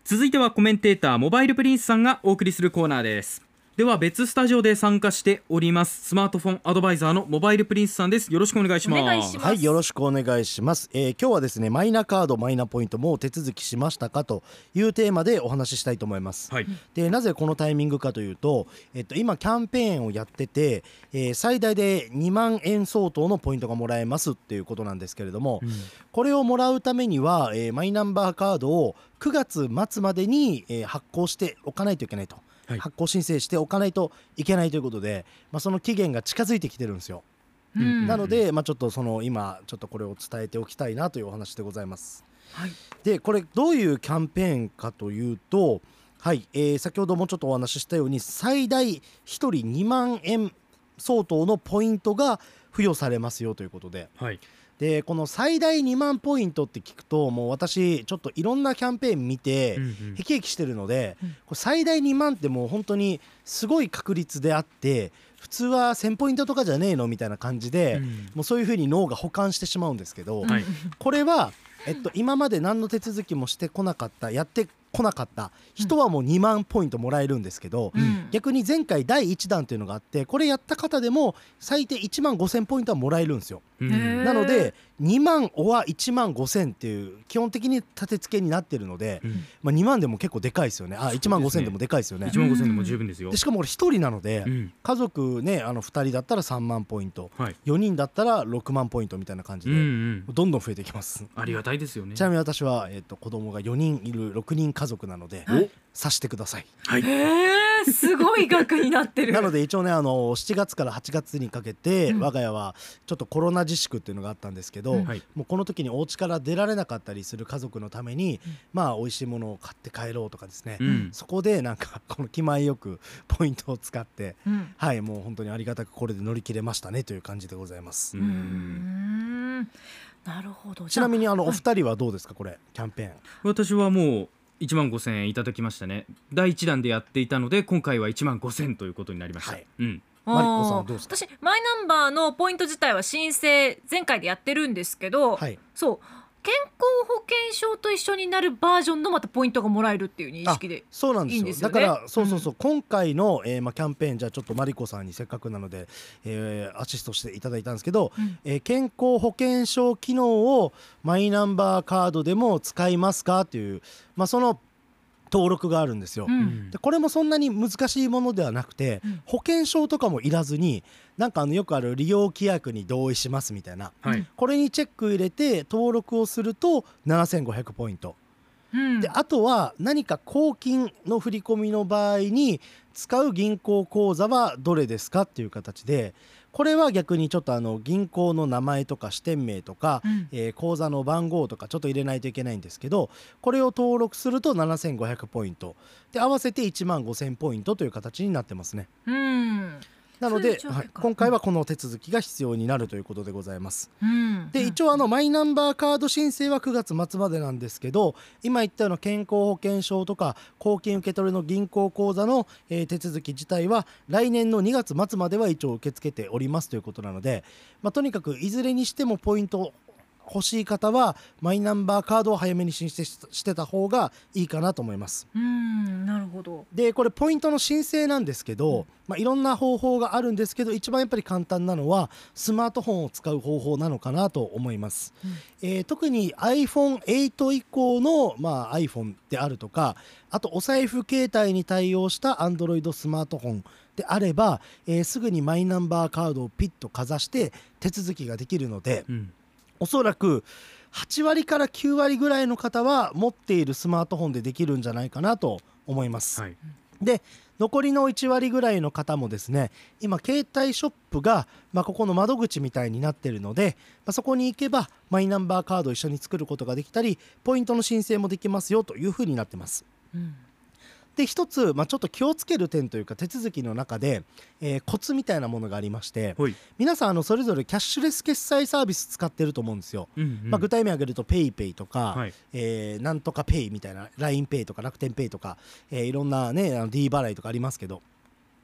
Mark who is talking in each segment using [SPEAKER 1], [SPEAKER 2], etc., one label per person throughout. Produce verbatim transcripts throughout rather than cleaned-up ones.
[SPEAKER 1] 続いてはコメンテーターモバイルプリンスさんがお送りするコーナーです。では別スタジオで参加しておりますスマートフォンアドバイザーのモバイルプリンスさんです。よろしくお願いします。
[SPEAKER 2] お願いします。はい、よろしくお願いします。えー、今日はですねマイナカードマイナポイントもう手続きしましたかというテーマでお話ししたいと思います、
[SPEAKER 1] はい、
[SPEAKER 2] でなぜこのタイミングかというと、えっと、今キャンペーンをやってて、えー、最大でにまんえん相当のポイントがもらえますっていうことなんですけれども、うん、これをもらうためには、えー、マイナンバーカードをくがつ末までに、えー、発行しておかないといけないと、はい、発行申請しておかないといけないということで、まあ、その期限が近づいてきてるんですよ、うん、なので、まあ、ちょっとその今ちょっとこれを伝えておきたいなというお話でございます、はい、でこれどういうキャンペーンかというと、はいえー、先ほどもちょっとお話ししたように最大ひとりにまんえん相当のポイントが付与されますよということで、はいでこの最大にまんポイントって聞くともう私ちょっといろんなキャンペーン見てへきへきしてるので、うんうん、これ最大にまんってもう本当にすごい確率であって普通はせんポイントとかじゃねえのみたいな感じで、うん、もうそういう風に脳が補完してしまうんですけど、はい、これは、えっと、今まで何の手続きもしてこなかったやって来なかった人はもうにまんポイントもらえるんですけど、うん、逆に前回だいいちだんというのがあってこれやった方でも最低いちまんごせんポイントはもらえるんですよ、うん、なのでにまんおはいちまんごせんっていう基本的に立て付けになってるので、うんまあ、にまんでも結構でかいですよね。あいちまんごせんでもでかいですよね。
[SPEAKER 1] いちまんごせんでも十分ですよ。
[SPEAKER 2] でしかも俺ひとりなので、うん、家族ねあのふたりだったらさんまんポイント、はい、よにんだったらろくまんポイントみたいな感じで、うんうん、どんどん増えていきます。
[SPEAKER 1] ありがたいですよね。
[SPEAKER 2] ちなみに私は、えーと、子供がよにんいるろくにん家族なのでさしてください、
[SPEAKER 3] はい、へーすごい額になってる
[SPEAKER 2] なので一応ねあのしちがつからはちがつにかけて、うん、我が家はちょっとコロナ自粛っていうのがあったんですけど、うん、もうこの時にお家から出られなかったりする家族のために、うん、まあ美味しいものを買って帰ろうとかですね、うん、そこでなんかこの気前よくポイントを使って、うん、はいもう本当にありがたくこれで乗り切れましたねという感じでございます。
[SPEAKER 3] うーんなるほど。
[SPEAKER 2] ちなみにあのお二人はどうですかこれキャンペーン。
[SPEAKER 1] 私はもういちまんごせんえんいただきましたね。だいいちだんでやっていたので今回はいちまんごせんということになりました、はいうん、
[SPEAKER 2] マリコさんどうですか。
[SPEAKER 3] 私マイナンバーのポイント自体は申請前回でやってるんですけど、はい、そう健康保険証と一緒になるバージョンのまたポイントがもらえるっていう認識でいいんですよね。
[SPEAKER 2] そうなんですよ。だからそうそうそう、うん、今回の、えーまあ、キャンペーンじゃあちょっとマリコさんにせっかくなので、えー、アシストしていただいたんですけど、うんえー、健康保険証機能をマイナンバーカードでも使いますかっていう、まあ、その登録があるんですよ、うん、でこれもそんなに難しいものではなくて、うん、保険証とかもいらずになんかあのよくある利用規約に同意しますみたいな、はい、これにチェック入れて登録をするとななせんごひゃくポイント、うん、であとは何か公金の振り込みの場合に使う銀行口座はどれですかっていう形でこれは逆にちょっとあの銀行の名前とか支店名とか、うんえー、口座の番号とかちょっと入れないといけないんですけどこれを登録するとななせんごひゃくポイントで合わせていちまんごせんポイントという形になってますね。うんなので、はい、今回はこの手続きが必要になるということでございます、うん、で一応あのマイナンバーカード申請はくがつ末までなんですけど今言ったような健康保険証とか公金受け取りの銀行口座の、えー、手続き自体は来年のにがつ末までは一応受け付けておりますということなので、まあ、とにかくいずれにしてもポイント欲しい方はマイナンバーカードを早めに申請してた方がいいかなと思います。
[SPEAKER 3] うーんなるほど。
[SPEAKER 2] でこれポイントの申請なんですけど、うんまあ、いろんな方法があるんですけど一番やっぱり簡単なのはスマートフォンを使う方法なのかなと思います、うんえー、特に アイフォンエイト 以降の、まあ、iPhone であるとかあとお財布携帯に対応した Android スマートフォンであれば、えー、すぐにマイナンバーカードをピッとかざして手続きができるので、うんおそらくはちわりからきゅうわりぐらいの方は持っているスマートフォンでできるんじゃないかなと思います、はい、で残りのいちわりぐらいの方もですね今携帯ショップが、まあ、ここの窓口みたいになっているので、まあ、そこに行けばマイナンバーカードを一緒に作ることができたりポイントの申請もできますよというふうになってます、うんで一つ、まあ、ちょっと気をつける点というか手続きの中で、えー、コツみたいなものがありまして皆さんあのそれぞれキャッシュレス決済サービス使ってると思うんですよ、うんうんまあ、具体名挙げると PayPay とか、はいえー、なんとか Pay みたいな ライン Pay とか楽天 Pay とか、えー、いろんなねあの D 払いとかありますけど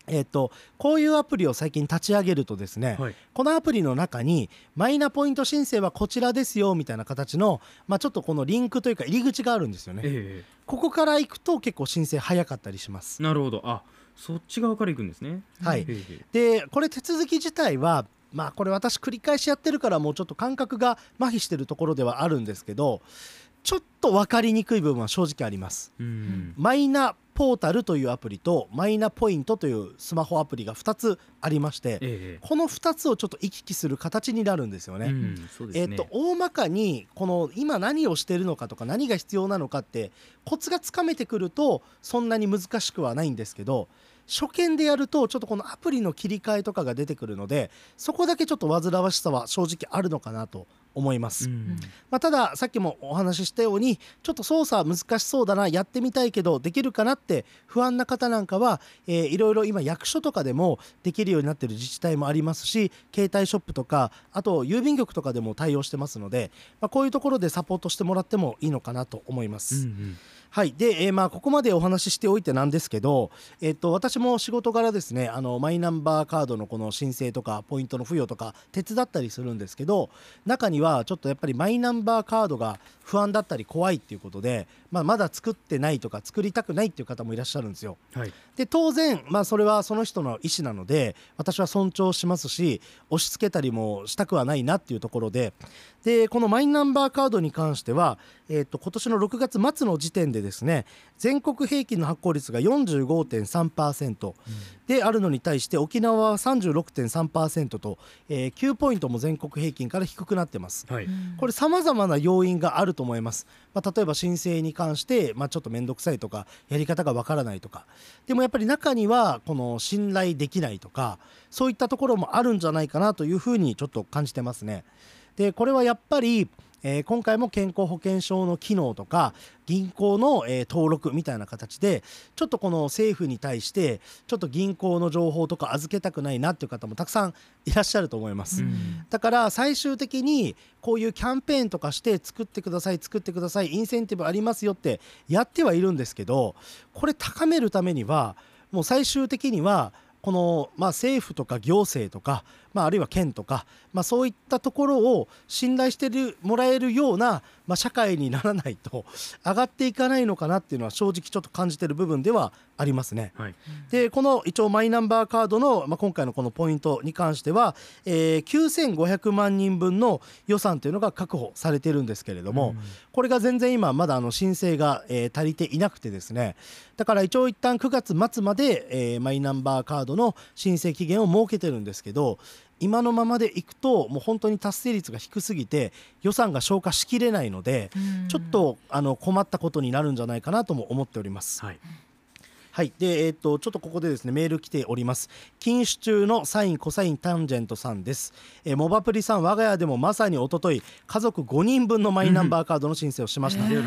[SPEAKER 2] えー、とこういうアプリを最近立ち上げるとですね、はい、このアプリの中にマイナポイント申請はこちらですよみたいな形の、まあ、ちょっとこのリンクというか入り口があるんですよね、えー、ここから行くと結構申請早かったりします。
[SPEAKER 1] なるほど、あ、そっち側から行くんですね。
[SPEAKER 2] はい、でこれ手続き自体はまあこれ私繰り返しやってるからもうちょっと感覚が麻痺してるところではあるんですけど、ちょっと分かりにくい部分は正直あります。うん、マイナポータルというアプリとマイナポイントというスマホアプリがふたつありまして、ええ、このふたつをちょっと行き来する形になるんですよね。うん、そうですね。えっと、大まかにこの今何をしてるのかとか何が必要なのかってコツがつかめてくるとそんなに難しくはないんですけど、初見でやるとちょっとこのアプリの切り替えとかが出てくるので、そこだけちょっと煩わしさは正直あるのかなと思います。うん、まあ、たださっきもお話ししたようにちょっと操作難しそうだな、やってみたいけどできるかなって不安な方なんかは、えー、いろいろ今役所とかでもできるようになっている自治体もありますし、携帯ショップとかあと郵便局とかでも対応してますので、まあ、こういうところでサポートしてもらってもいいのかなと思います。うんうん、はいでえー、まあここまでお話ししておいてなんですけど、えー、と私も仕事柄ですね、あのマイナンバーカードのこの申請とかポイントの付与とか手伝ったりするんですけど、中にはちょっとやっぱりマイナンバーカードが不安だったり怖いっていうことで、まあ、まだ作ってないとか作りたくないっていう方もいらっしゃるんですよ。はい、で当然、まあ、それはその人の意思なので私は尊重しますし、押し付けたりもしたくはないなっていうところで、でこのマイナンバーカードに関しては、えー、と今年のろくがつ末の時点でですね、全国平均の発行率が よんじゅうごてんさんパーセント、うん、であるのに対して沖縄は さんじゅうろくてんさんパーセント と、えー、きゅうポイントも全国平均から低くなってます。はい、これ様々な要因があると思います。まあ、例えば申請に関して、まあ、ちょっと面倒くさいとかやり方がわからないとか、でもやっぱり中にはこの信頼できないとかそういったところもあるんじゃないかなというふうにちょっと感じてますね。でこれはやっぱりえー、今回も健康保険証の機能とか銀行の、えー、登録みたいな形でちょっとこの政府に対してちょっと銀行の情報とか預けたくないなっていう方もたくさんいらっしゃると思います。うん、だから最終的にこういうキャンペーンとかして作ってください作ってくださいインセンティブありますよってやってはいるんですけど、これ高めるためにはもう最終的にはこの、まあ、政府とか行政とか、まあ、あるいは県とか、まあ、そういったところを信頼してるもらえるような、まあ、社会にならないと上がっていかないのかなっていうのは正直ちょっと感じてる部分ではありますね。はい、でこの一応マイナンバーカードの、まあ、今回のこのポイントに関しては、えー、きゅうせんごひゃくまんにんぶんの予算というのが確保されてるんですけれども、うん、これが全然今まだあの申請が、えー、足りていなくてですね、だから一応一旦くがつ末まで、えー、マイナンバーカードの申請期限を設けてるんですけど、今のままでいくともう本当に達成率が低すぎて予算が消化しきれないので、ちょっとあの困ったことになるんじゃないかなとも思っております。はいはい、でえー、っとちょっとここでですねメール来ております。禁酒中のサインコサインタンジェントさんです。えー、モバプリさん、我が家でもまさに一昨日家族ごにんぶんのマイナンバーカードの申請をしました。うん、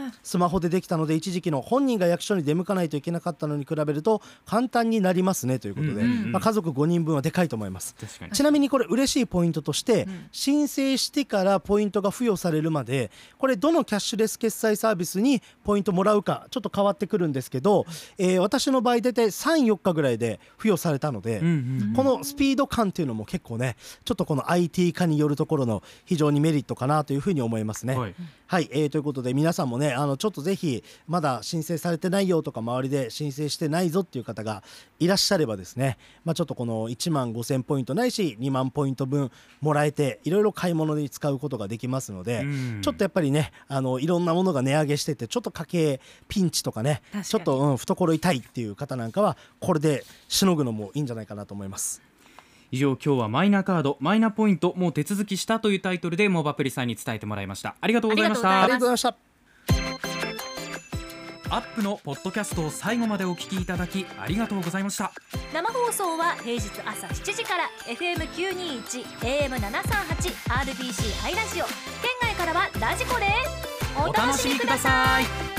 [SPEAKER 2] スマホでできたので一時期の本人が役所に出向かないといけなかったのに比べると簡単になりますねということで、うんうんうん、まあ、家族ごにんぶんはでかいと思います。ちなみにこれ嬉しいポイントとして、うん、申請してからポイントが付与されるまでこれどのキャッシュレス決済サービスにポイントもらうかちょっと変わってくるんですけど、えー私の場合大体 さん、よっかぐらいで付与されたので、うんうんうん、このスピード感っていうのも結構ねちょっとこの アイティー 化によるところの非常にメリットかなというふうに思いますね。はい、はい、えー、ということで皆さんもねあのちょっとぜひまだ申請されてないよとか周りで申請してないぞっていう方がいらっしゃればですね、まあ、ちょっとこのいちまんごせんポイントないしにまんポイント分もらえていろいろ買い物に使うことができますので、うん、ちょっとやっぱりねあのいろんなものが値上げしててちょっと家計ピンチとかねちょっと、うん、懐痛いっていう方なんかはこれでしのぐのもいいんじゃないかなと思います。
[SPEAKER 1] 以上、今日はマイナカードマイナポイントもう手続きしたというタイトルでモバプリさんに伝えてもらいました。ありがとうございました。
[SPEAKER 2] ありがとうございま
[SPEAKER 1] した。アップのポッドキャストを最後までお聞きいただきありがとうございました。
[SPEAKER 3] 生放送は平日朝しちじから エフエムきゅうにーいち エーエムななさんはち アールビーシー ハイラジオ、県外からはラジコです。
[SPEAKER 1] お楽しみください。